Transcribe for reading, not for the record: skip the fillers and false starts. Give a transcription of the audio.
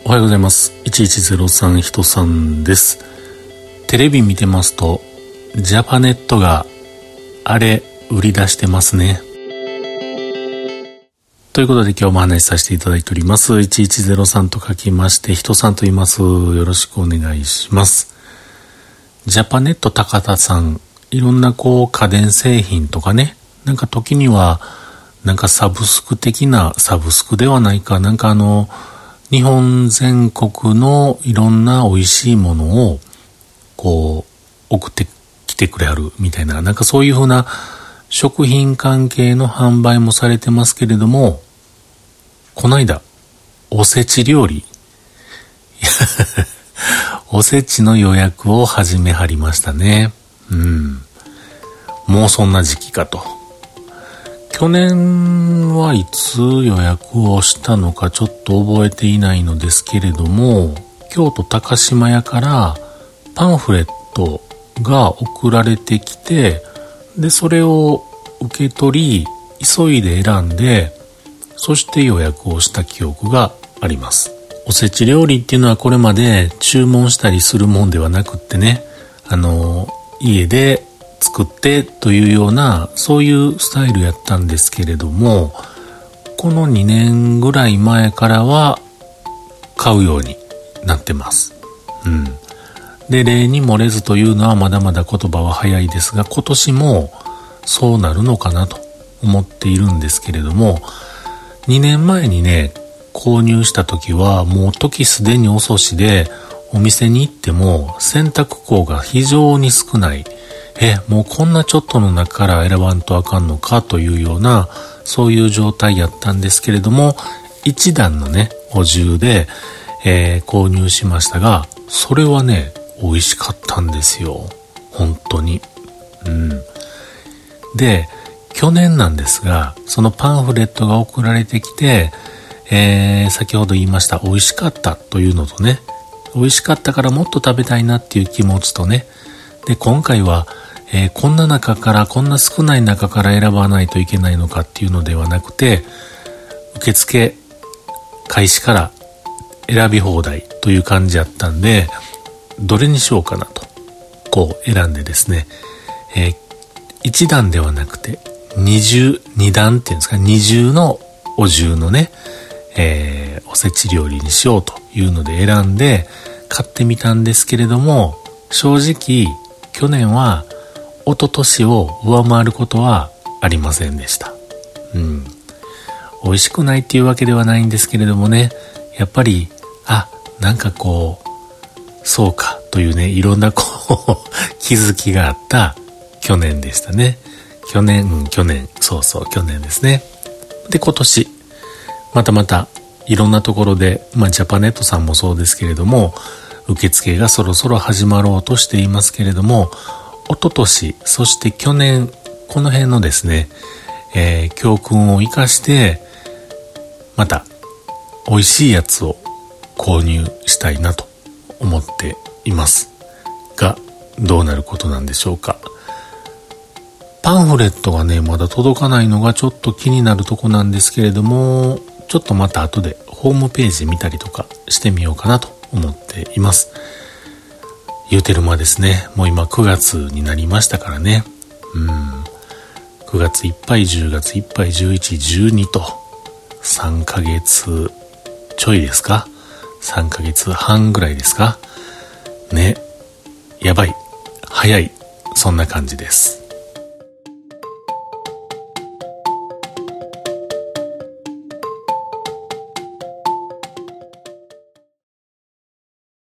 おはようございます。1103人さんです。テレビ見てますとジャパネットがあれ売り出してますね。ということで今日も話しさせていただいております。1103と書きまして人さんと言います。よろしくお願いします。ジャパネット高田さん、いろんな家電製品とかね、なんか時にはなんかサブスク的な、サブスクではないか、なんか日本全国のいろんな美味しいものを送ってきてくれはるみたいな、なんかそういうふうな食品関係の販売もされてますけれども、こないだおせち料理おせちの予約を始めはりましたね。もうそんな時期かと。去年はいつ予約をしたのかちょっと覚えていないのですけれども、京都高島屋からパンフレットが送られてきて、でそれを受け取り急いで選んで、そして予約をした記憶があります。おせち料理っていうのはこれまで注文したりするもんではなくってね、家で作ってというようなそういうスタイルやったんですけれども、この2年ぐらい前からは買うようになってます。で、例に漏れずというのはまだまだ言葉は早いですが、今年もそうなるのかなと思っているんですけれども、2年前にね購入した時はもう時すでに遅しで、お店に行っても選択項が非常に少ない、もうこんなちょっとの中から選ばんとあかんのかというような、そういう状態やったんですけれども、一段のねお重で、購入しましたが、それはね美味しかったんですよ、本当に。で去年なんですが、そのパンフレットが送られてきて、先ほど言いました美味しかったというのとね、美味しかったからもっと食べたいなっていう気持ちとね、で今回は、こんな中からこんな少ない中から選ばないといけないのかっていうのではなくて、受付開始から選び放題という感じだったんで、どれにしようかなと選んでですね、1段ではなくて2段っていうんですか、二重のお重のね、おせち料理にしようというので選んで買ってみたんですけれども、正直去年は一昨年を上回ることはありませんでした。美味しくないっていうわけではないんですけれどもね、やっぱりなんかそうかというね、いろんな気づきがあった去年でしたね。去年ですね。で今年またいろんなところで、ジャパネットさんもそうですけれども、受付がそろそろ始まろうとしていますけれども、一昨年そして去年、この辺のですね、教訓を生かしてまた美味しいやつを購入したいなと思っていますが、どうなることなんでしょうか。パンフレットがねまだ届かないのがちょっと気になるとこなんですけれども、ちょっとまた後でホームページ見たりとかしてみようかなと思っています。言うてる間ですね、もう今9月になりましたからね。9月いっぱい、10月いっぱい、11、12と3ヶ月ちょいですか、3ヶ月半ぐらいですかね。やばい、早い、そんな感じです。